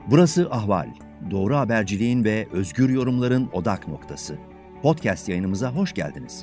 Burası Ahval. Doğru haberciliğin ve özgür yorumların odak noktası. Podcast yayınımıza hoş geldiniz.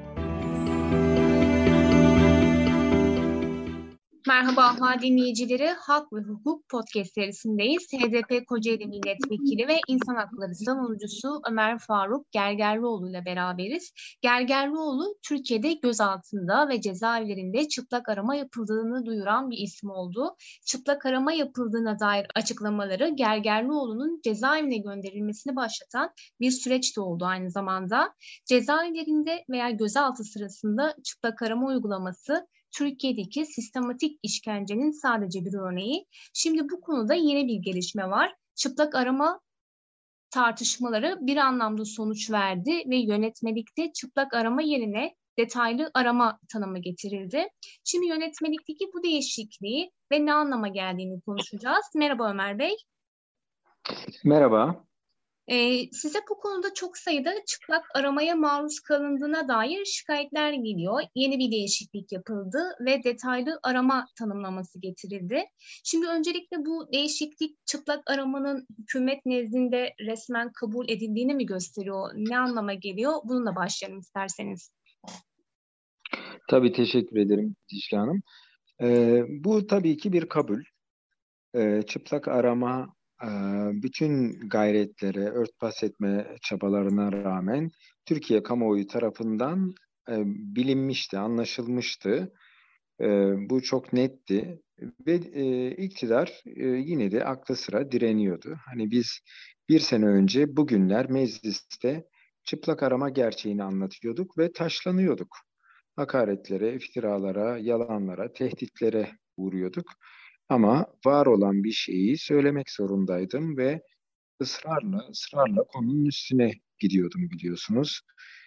Merhaba Ahval dinleyicileri, Hak ve Hukuk Podcast serisindeyiz. HDP Kocaeli Milletvekili ve İnsan Hakları Savunucusu Ömer Faruk Gergerlioğlu ile beraberiz. Gergerlioğlu, Türkiye'de gözaltında ve cezaevlerinde çıplak arama yapıldığını duyuran bir isim oldu. Çıplak arama yapıldığına dair açıklamaları Gergerlioğlu'nun cezaevine gönderilmesini başlatan bir süreç de oldu aynı zamanda. Cezaevlerinde veya gözaltı sırasında çıplak arama uygulaması Türkiye'deki sistematik işkencenin sadece bir örneği. Şimdi bu konuda yeni bir gelişme var. Çıplak arama tartışmaları bir anlamda sonuç verdi ve yönetmelikte çıplak arama yerine detaylı arama tanımı getirildi. Şimdi yönetmelikteki bu değişikliği ve ne anlama geldiğini konuşacağız. Merhaba Ömer Bey. Merhaba. Size bu konuda çok sayıda çıplak aramaya maruz kalındığına dair şikayetler geliyor. Yeni bir değişiklik yapıldı ve detaylı arama tanımlaması getirildi. Şimdi öncelikle bu değişiklik çıplak aramanın hükümet nezdinde resmen kabul edildiğini mi gösteriyor? Ne anlama geliyor? Bununla başlayalım isterseniz. Tabii teşekkür ederim Dicle Hanım. Bu tabii ki bir kabul. Çıplak arama bütün gayretlere, örtbas etme çabalarına rağmen Türkiye kamuoyu tarafından bilinmişti, anlaşılmıştı. Bu çok netti ve iktidar yine de aklı sıra direniyordu. Hani biz bir sene önce bugünler mecliste çıplak arama gerçeğini anlatıyorduk ve taşlanıyorduk. Hakaretlere, iftiralara, yalanlara, tehditlere uğruyorduk. Ama var olan bir şeyi söylemek zorundaydım ve ısrarla konunun üstüne gidiyordum biliyorsunuz.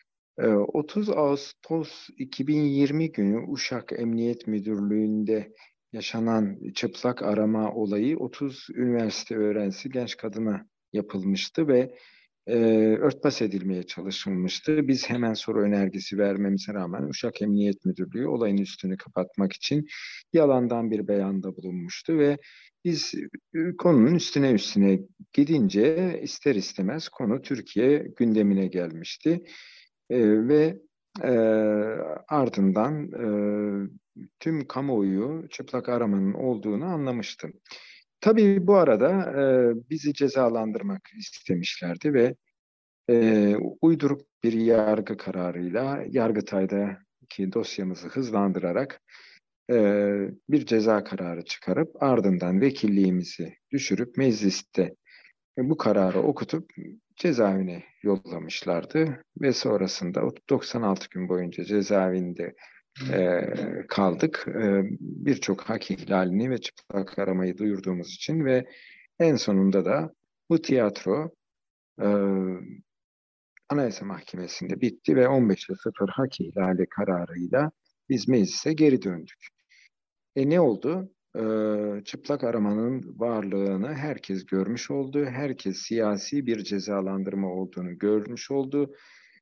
30 Ağustos 2020 günü Uşak Emniyet Müdürlüğü'nde yaşanan çıplak arama olayı 30 üniversite öğrencisi genç kadına yapılmıştı ve örtbas edilmeye çalışılmıştı. Biz hemen soru önergesi vermemize rağmen Uşak Emniyet Müdürlüğü olayın üstünü kapatmak için yalandan bir beyanda bulunmuştu ve biz konunun üstüne gidince ister istemez konu Türkiye gündemine gelmişti. Ve e, ardından tüm kamuoyu çıplak aramanın olduğunu anlamıştı. Tabii bu arada bizi cezalandırmak istemişlerdi ve uyduruk bir yargı kararıyla Yargıtay'daki dosyamızı hızlandırarak bir ceza kararı çıkarıp ardından vekilliğimizi düşürüp mecliste bu kararı okutup cezaevine yollamışlardı ve sonrasında 96 gün boyunca cezaevinde kaldık. Birçok hak ihlalini ve çıplak aramayı duyurduğumuz için ve en sonunda da bu tiyatro e, Anayasa Mahkemesi'nde bitti ve 15'e 0 hak ihlali kararıyla biz meclise geri döndük. Ne oldu? Çıplak aramanın varlığını herkes görmüş oldu. Herkes siyasi bir cezalandırma olduğunu görmüş oldu.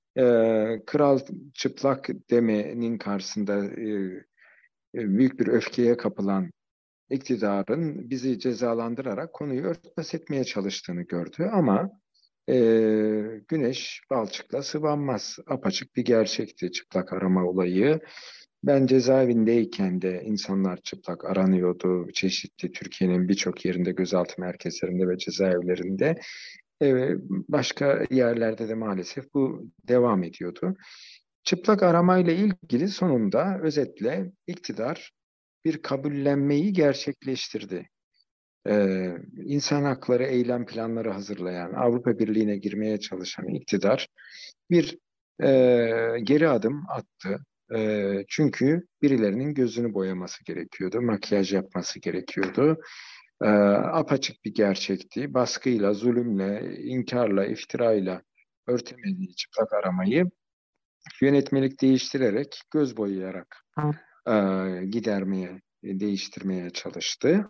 Kral çıplak demenin karşısında büyük bir öfkeye kapılan iktidarın bizi cezalandırarak konuyu örtbas etmeye çalıştığını gördü. Ama e, güneş balçıkla sıvanmaz. Apaçık bir gerçekti çıplak arama olayı. Ben cezaevindeyken de insanlar çıplak aranıyordu. Çeşitli Türkiye'nin birçok yerinde, gözaltı merkezlerinde ve cezaevlerinde. Başka yerlerde de maalesef bu devam ediyordu. Çıplak aramayla ilgili sonunda özetle iktidar bir kabullenmeyi gerçekleştirdi. İnsan hakları eylem planları hazırlayan, Avrupa Birliği'ne girmeye çalışan iktidar bir geri adım attı. Çünkü birilerinin gözünü boyaması gerekiyordu, makyaj yapması gerekiyordu. Apaçık bir gerçekti. Baskıyla, zulümle, inkarla, iftirayla örtemediği çıplak aramayı yönetmelik değiştirerek, göz boyayarak gidermeye, değiştirmeye çalıştı.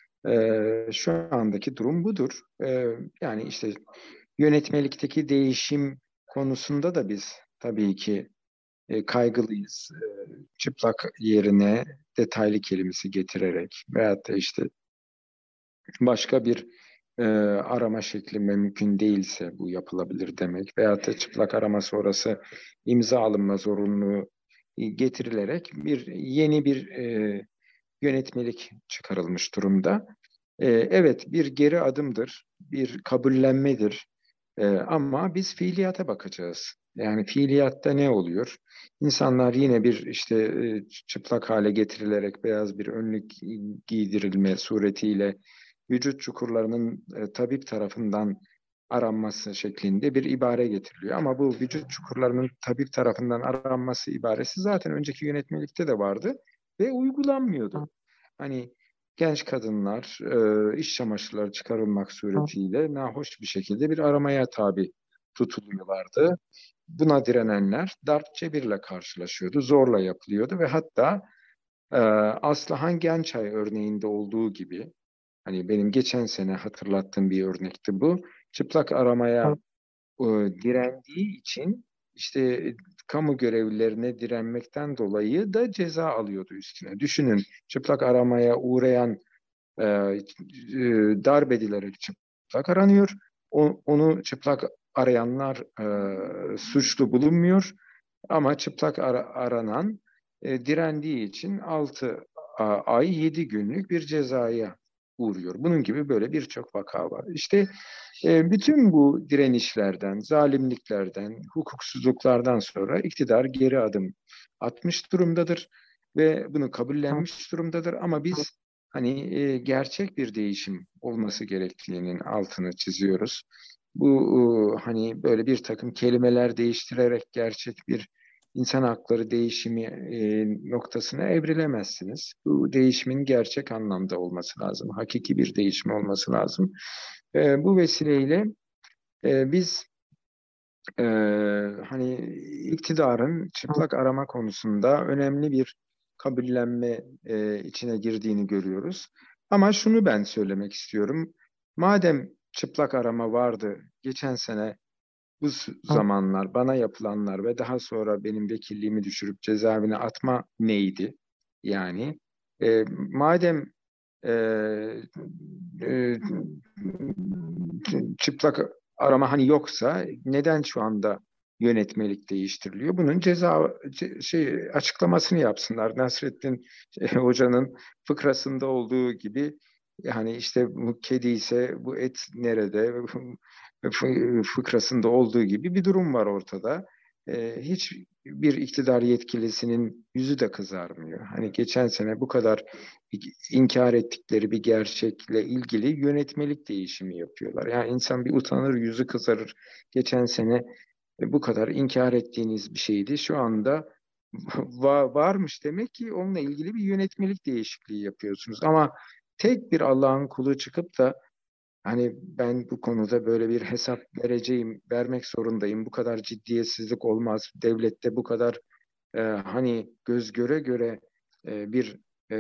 Şu andaki durum budur. Yani işte yönetmelikteki değişim konusunda da biz tabii ki kaygılıyız. Çıplak yerine detaylı kelimesi getirerek veyahut da işte başka bir arama şekli mümkün değilse bu yapılabilir demek. Veyahut da çıplak arama sonrası imza alınma zorunluluğu getirilerek yeni bir yönetmelik çıkarılmış durumda. Evet, bir geri adımdır, bir kabullenmedir. Ama biz fiiliyata bakacağız. Yani fiiliyatta ne oluyor? İnsanlar yine bir işte çıplak hale getirilerek beyaz bir önlük giydirilme suretiyle vücut çukurlarının tabip tarafından aranması şeklinde bir ibare getiriliyor. Ama bu vücut çukurlarının tabip tarafından aranması ibaresi zaten önceki yönetmelikte de vardı ve uygulanmıyordu. Hani genç kadınlar iç çamaşırları çıkarılmak suretiyle nahoş bir şekilde bir aramaya tabi tutuluyorlardı. Buna direnenler darp cebirle karşılaşıyordu, zorla yapılıyordu ve hatta Aslıhan Gençay örneğinde olduğu gibi, hani benim geçen sene hatırlattığım bir örnekti bu. Çıplak aramaya direndiği için işte kamu görevlilerine direnmekten dolayı da ceza alıyordu üstüne. Düşünün, çıplak aramaya uğrayan darp edilerek çıplak aranıyor. Onu çıplak arayanlar suçlu bulunmuyor. Ama çıplak aranan direndiği için 6 ay 7 günlük bir cezaya uğruyor. Bunun gibi böyle birçok vaka var. İşte bütün bu direnişlerden, zalimliklerden, hukuksuzluklardan sonra iktidar geri adım atmış durumdadır ve bunu kabullenmiş durumdadır. Ama biz hani gerçek bir değişim olması gerektiğinin altını çiziyoruz. Bu hani böyle bir takım kelimeler değiştirerek gerçek bir insan hakları değişimi noktasına evrilemezsiniz. Bu değişimin gerçek anlamda olması lazım. Hakiki bir değişim olması lazım. Bu vesileyle biz e, hani iktidarın çıplak arama konusunda önemli bir kabullenme içine girdiğini görüyoruz. Ama şunu ben söylemek istiyorum. Madem çıplak arama vardı, geçen sene bu zamanlar bana yapılanlar ve daha sonra benim vekilliğimi düşürüp cezaevine atma neydi? Yani madem e, e, çıplak arama hani yoksa neden şu anda yönetmelik değiştiriliyor? Bunun açıklamasını yapsınlar. Nasrettin Hoca'nın fıkrasında olduğu gibi, yani işte bu kedi ise bu et nerede fıkrasında olduğu gibi bir durum var ortada. Hiç bir iktidar yetkilisinin yüzü de kızarmıyor. Hani geçen sene bu kadar inkar ettikleri bir gerçekle ilgili yönetmelik değişimi yapıyorlar. Yani insan bir utanır, yüzü kızarır. Geçen sene bu kadar inkar ettiğiniz bir şeydi. Şu anda varmış demek ki onunla ilgili bir yönetmelik değişikliği yapıyorsunuz. Ama tek bir Allah'ın kulu çıkıp da hani ben bu konuda böyle bir hesap vermek zorundayım. Bu kadar ciddiyetsizlik olmaz. Devlette bu kadar hani göz göre göre bir e,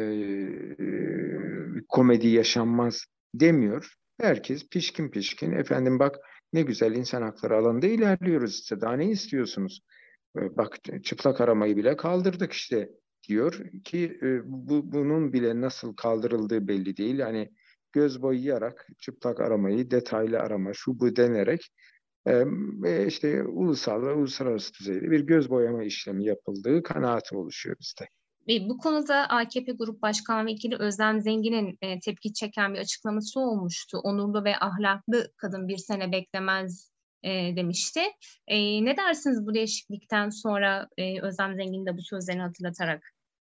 komedi yaşanmaz demiyor. Herkes pişkin pişkin. Efendim bak ne güzel insan hakları alanında ilerliyoruz işte. Daha ne istiyorsunuz? Bak çıplak aramayı bile kaldırdık işte diyor ki bunun bile nasıl kaldırıldığı belli değil. Yani göz boyayarak çıplak aramayı detaylı arama şu bu denerek ve işte ulusal ve uluslararası düzeyde bir göz boyama işlemi yapıldığı kanaati oluşuyor bizde. Bu konuda AKP Grup Başkan Vekili Özlem Zengin'in tepki çeken bir açıklaması olmuştu. Onurlu ve ahlaklı kadın bir sene beklemez demişti. Ne dersiniz bu değişiklikten sonra Özlem Zengin de bu sözlerini hatırlatarak?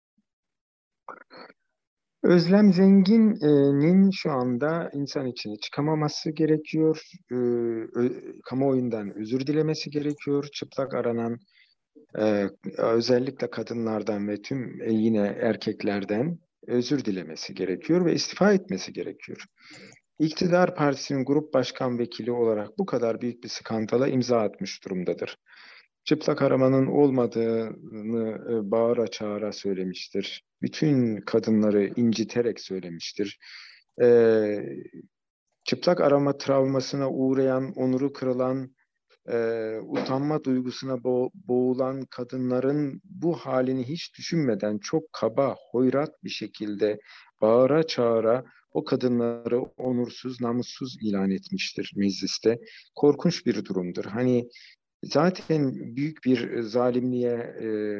Özlem Zengin'in şu anda insan içine çıkamaması gerekiyor. Kamuoyundan özür dilemesi gerekiyor. Çıplak aranan özellikle kadınlardan ve tüm yine erkeklerden özür dilemesi gerekiyor ve istifa etmesi gerekiyor. İktidar Partisi'nin grup başkan vekili olarak bu kadar büyük bir skandala imza atmış durumdadır. Çıplak aramanın olmadığını bağıra çağıra söylemiştir. Bütün kadınları inciterek söylemiştir. Çıplak arama travmasına uğrayan, onuru kırılan utanma duygusuna boğulan kadınların bu halini hiç düşünmeden çok kaba, hoyrat bir şekilde bağıra çağıra o kadınları onursuz, namussuz ilan etmiştir mecliste. Korkunç bir durumdur. Hani zaten büyük bir zalimliğe,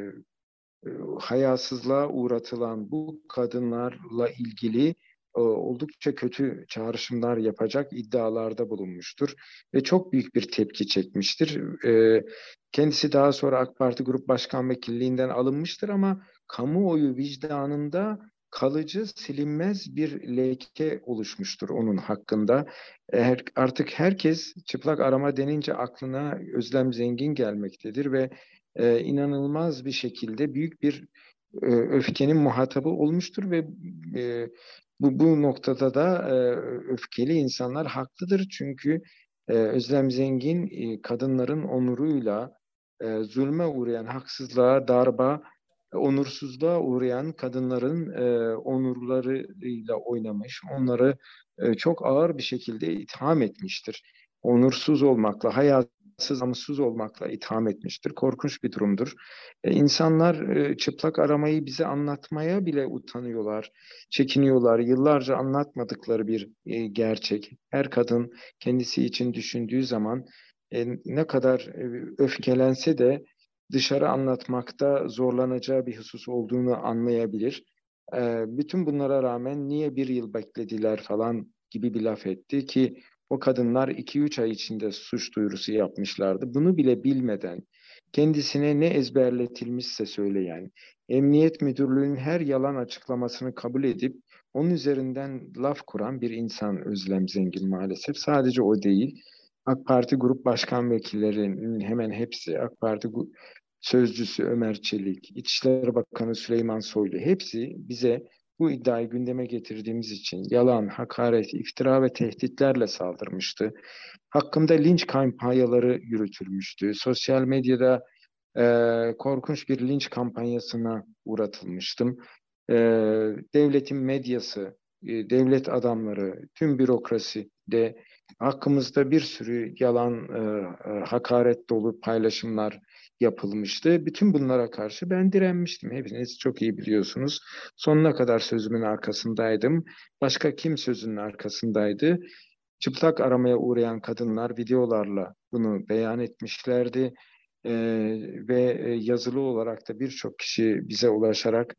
hayasızlığa uğratılan bu kadınlarla ilgili oldukça kötü çağrışımlar yapacak iddialarda bulunmuştur ve çok büyük bir tepki çekmiştir. Kendisi daha sonra AK Parti Grup Başkan Vekilliğinden alınmıştır ama kamuoyu vicdanında kalıcı, silinmez bir leke oluşmuştur onun hakkında. Artık herkes çıplak arama denince aklına Özlem Zengin gelmektedir ve inanılmaz bir şekilde büyük bir öfkenin muhatabı olmuştur ve e, bu noktada da öfkeli insanlar haklıdır. Çünkü Özlem Zengin kadınların onuruyla zulme uğrayan, haksızlığa, darba, onursuzluğa uğrayan kadınların onurlarıyla oynamış, onları çok ağır bir şekilde itham etmiştir. Onursuz olmakla, hayatsız, namussuz olmakla itham etmiştir. Korkunç bir durumdur. İnsanlar çıplak aramayı bize anlatmaya bile utanıyorlar, çekiniyorlar. Yıllarca anlatmadıkları bir gerçek. Her kadın kendisi için düşündüğü zaman ne kadar öfkelense de dışarı anlatmakta zorlanacağı bir husus olduğunu anlayabilir. Bütün bunlara rağmen niye bir yıl beklediler falan gibi bir laf etti ki o kadınlar 2-3 ay içinde suç duyurusu yapmışlardı. Bunu bile bilmeden kendisine ne ezberletilmişse söyleyen, Emniyet Müdürlüğü'nün her yalan açıklamasını kabul edip onun üzerinden laf kuran bir insan Özlem Zengin maalesef. Sadece o değil. AK Parti Grup Başkan Vekillerinin hemen hepsi, AK Parti Sözcüsü Ömer Çelik, İçişleri Bakanı Süleyman Soylu hepsi bize bu iddiayı gündeme getirdiğimiz için yalan, hakaret, iftira ve tehditlerle saldırmıştı. Hakkımda linç kampanyaları yürütülmüştü. Sosyal medyada korkunç bir linç kampanyasına uğratılmıştım. E, Devletin medyası, devlet adamları, tüm bürokrasi de hakkımızda bir sürü yalan, hakaret dolu paylaşımlar yapılmıştı. Bütün bunlara karşı ben direnmiştim. Hepiniz çok iyi biliyorsunuz. Sonuna kadar sözümün arkasındaydım. Başka kim sözünün arkasındaydı? Çıplak aramaya uğrayan kadınlar videolarla bunu beyan etmişlerdi. Ve yazılı olarak da birçok kişi bize ulaşarak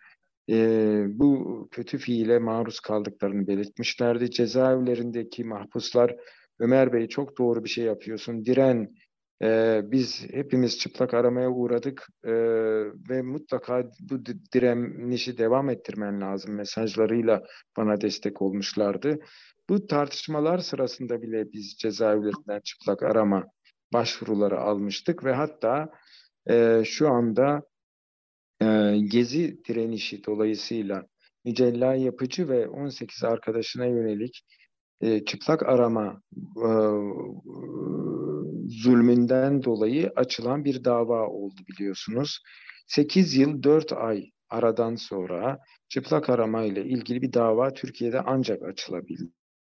bu kötü fiile maruz kaldıklarını belirtmişlerdi. Cezaevlerindeki mahpuslar, Ömer Bey çok doğru bir şey yapıyorsun, diren, biz hepimiz çıplak aramaya uğradık ve mutlaka bu direnişi devam ettirmen lazım mesajlarıyla bana destek olmuşlardı. Bu tartışmalar sırasında bile biz cezaevlerinden çıplak arama başvuruları almıştık ve hatta şu anda Gezi direnişi dolayısıyla Mücella Yapıcı ve 18 arkadaşına yönelik çıplak arama zulmünden dolayı açılan bir dava oldu biliyorsunuz. 8 yıl 4 ay aradan sonra çıplak arama ile ilgili bir dava Türkiye'de ancak açılabildi.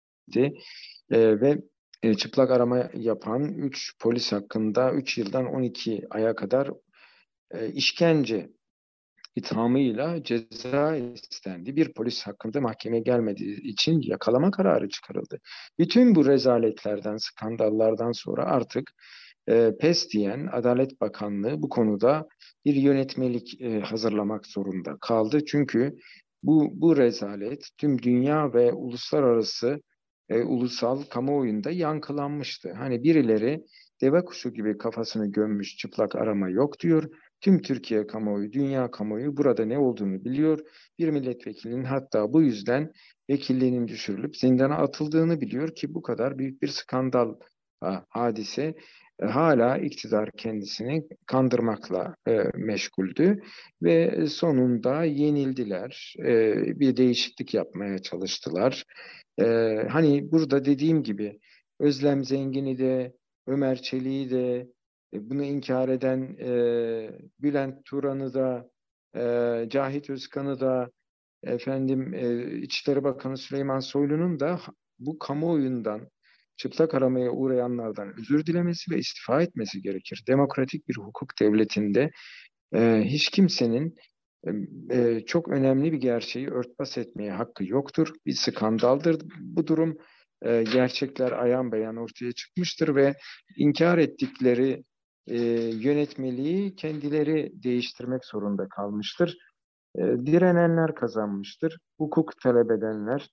Ve çıplak arama yapan 3 polis hakkında 3 yıldan 12 aya kadar işkence ithamıyla ceza istendi. Bir polis hakkında mahkemeye gelmediği için yakalama kararı çıkarıldı. Bütün bu rezaletlerden, skandallardan sonra artık PES diyen Adalet Bakanlığı bu konuda bir yönetmelik hazırlamak zorunda kaldı. Çünkü bu rezalet tüm dünya ve uluslararası ulusal kamuoyunda yankılanmıştı. Hani birileri deve kuşu gibi kafasını gömmüş çıplak arama yok diyor. Tüm Türkiye kamuoyu, dünya kamuoyu burada ne olduğunu biliyor. Bir milletvekilinin hatta bu yüzden vekilliğinin düşürülüp zindana atıldığını biliyor ki bu kadar büyük bir skandal hadise hala iktidar kendisini kandırmakla meşguldü ve sonunda yenildiler. Bir değişiklik yapmaya çalıştılar. Hani burada dediğim gibi Özlem Zengin'i de Ömer Çelik'i de bunu inkar eden Bülent Turan'ı da Cahit Özkan'ı da İçişleri Bakanı Süleyman Soylu'nun da bu kamuoyundan çıplak aramaya uğrayanlardan özür dilemesi ve istifa etmesi gerekir. Demokratik bir hukuk devletinde hiç kimsenin çok önemli bir gerçeği örtbas etmeye hakkı yoktur. Bir skandaldır bu durum. Gerçekler ayan beyan ortaya çıkmıştır ve inkar ettikleri yönetmeliği kendileri değiştirmek zorunda kalmıştır. Direnenler kazanmıştır. Hukuk talep edenler,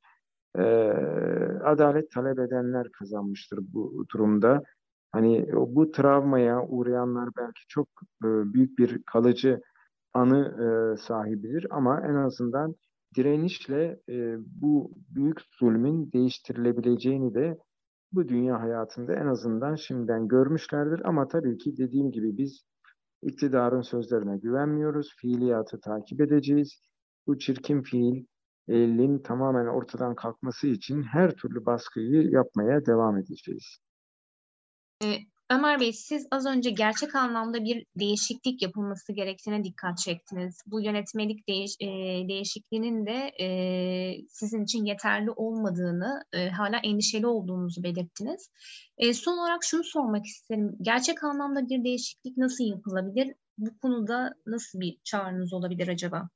adalet talep edenler kazanmıştır bu durumda. Hani bu travmaya uğrayanlar belki çok büyük bir kalıcı anı sahibidir ama en azından direnişle bu büyük zulmün değiştirilebileceğini de bu dünya hayatında en azından şimdiden görmüşlerdir. Ama tabii ki dediğim gibi biz iktidarın sözlerine güvenmiyoruz. Fiiliyatı takip edeceğiz. Bu çirkin fiilin tamamen ortadan kalkması için her türlü baskıyı yapmaya devam edeceğiz. Ömer Bey, siz az önce gerçek anlamda bir değişiklik yapılması gerektiğine dikkat çektiniz. Bu yönetmelik değişikliğinin de sizin için yeterli olmadığını, hala endişeli olduğunuzu belirttiniz. Son olarak şunu sormak isterim. Gerçek anlamda bir değişiklik nasıl yapılabilir? Bu konuda nasıl bir çağrınız olabilir acaba?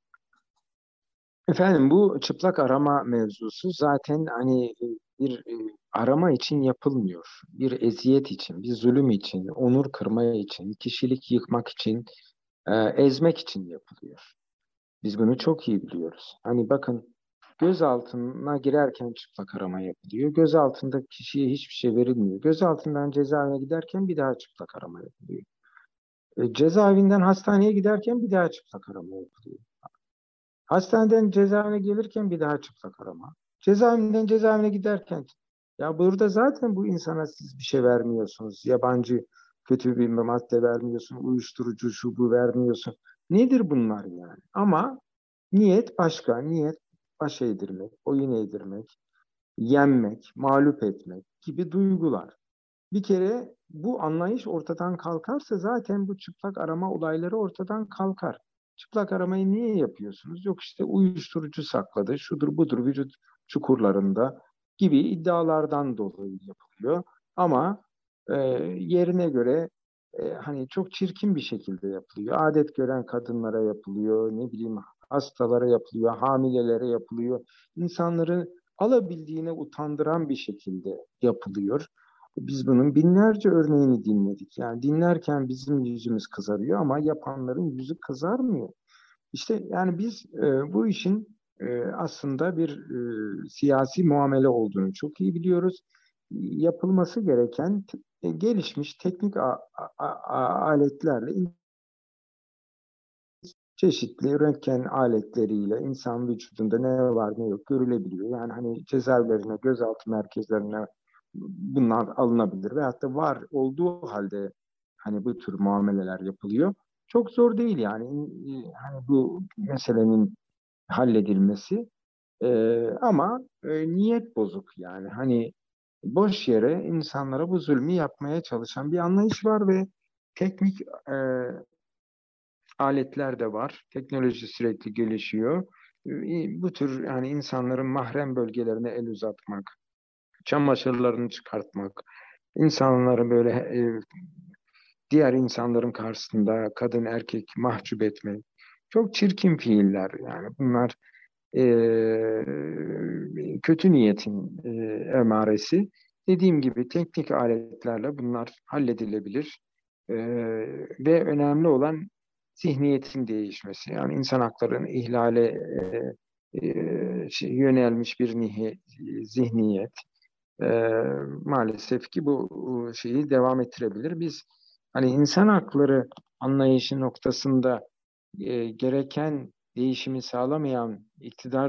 Efendim bu çıplak arama mevzusu zaten hani bir arama için yapılmıyor. Bir eziyet için, bir zulüm için, onur kırma için, kişilik yıkmak için, ezmek için yapılıyor. Biz bunu çok iyi biliyoruz. Hani bakın gözaltına girerken çıplak arama yapılıyor. Gözaltında kişiye hiçbir şey verilmiyor. Gözaltından cezaevine giderken bir daha çıplak arama yapılıyor. Cezaevinden hastaneye giderken bir daha çıplak arama yapılıyor. Hastaneden cezaevine gelirken bir daha çıplak arama. Cezaevinden cezaevine giderken ya burada zaten bu insana siz bir şey vermiyorsunuz. Yabancı kötü bir madde vermiyorsun. Uyuşturucu şu bu vermiyorsun. Nedir bunlar yani? Ama niyet başka. Niyet baş eğdirmek, boyun eğdirmek, yenmek, mağlup etmek gibi duygular. Bir kere bu anlayış ortadan kalkarsa zaten bu çıplak arama olayları ortadan kalkar. Çıplak aramayı niye yapıyorsunuz? Yok işte uyuşturucu sakladı, şudur budur vücut çukurlarında gibi iddialardan dolayı yapılıyor. Ama yerine göre hani çok çirkin bir şekilde yapılıyor. Adet gören kadınlara yapılıyor, ne bileyim hastalara yapılıyor, hamilelere yapılıyor. İnsanları alabildiğine utandıran bir şekilde yapılıyor. Biz bunun binlerce örneğini dinledik. Yani dinlerken bizim yüzümüz kızarıyor ama yapanların yüzü kızarmıyor. İşte yani biz bu işin aslında bir siyasi muamele olduğunu çok iyi biliyoruz. Yapılması gereken gelişmiş teknik aletlerle çeşitli röntgen aletleriyle insan vücudunda ne var ne yok görülebiliyor. Yani hani cezaevlerine, gözaltı merkezlerine bunlar alınabilir ve hatta var olduğu halde hani bu tür muameleler yapılıyor. Çok zor değil yani hani bu meselenin halledilmesi. Ama niyet bozuk yani hani boş yere insanlara bu zulmü yapmaya çalışan bir anlayış var ve teknik aletler de var. Teknoloji sürekli gelişiyor. Bu tür yani insanların mahrem bölgelerine el uzatmak, çamaşırlarını çıkartmak, insanları böyle diğer insanların karşısında kadın erkek mahcup etmek. Çok çirkin fiiller yani. Bunlar kötü niyetin emaresi. Dediğim gibi teknik aletlerle bunlar halledilebilir. Ve önemli olan zihniyetin değişmesi. Yani insan haklarının ihlale yönelmiş bir zihniyet. Maalesef ki bu şeyi devam ettirebilir. Biz hani insan hakları anlayışı noktasında gereken değişimi sağlamayan iktidar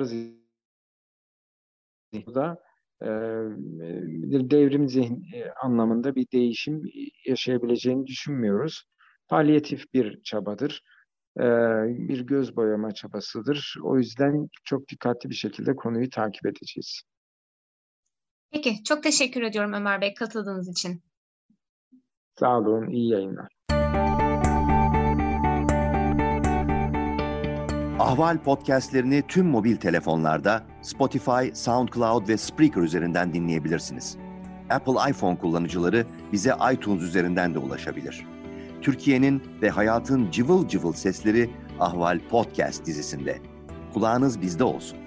zihninde bir devrim anlamında bir değişim yaşayabileceğini düşünmüyoruz. Palyatif bir çabadır. Bir göz boyama çabasıdır. O yüzden çok dikkatli bir şekilde konuyu takip edeceğiz. Peki, çok teşekkür ediyorum Ömer Bey katıldığınız için. Sağ olun, iyi yayınlar. Ahval podcastlerini tüm mobil telefonlarda Spotify, SoundCloud ve Spreaker üzerinden dinleyebilirsiniz. Apple iPhone kullanıcıları bize iTunes üzerinden de ulaşabilir. Türkiye'nin ve hayatın cıvıl cıvıl sesleri Ahval Podcast dizisinde. Kulağınız bizde olsun.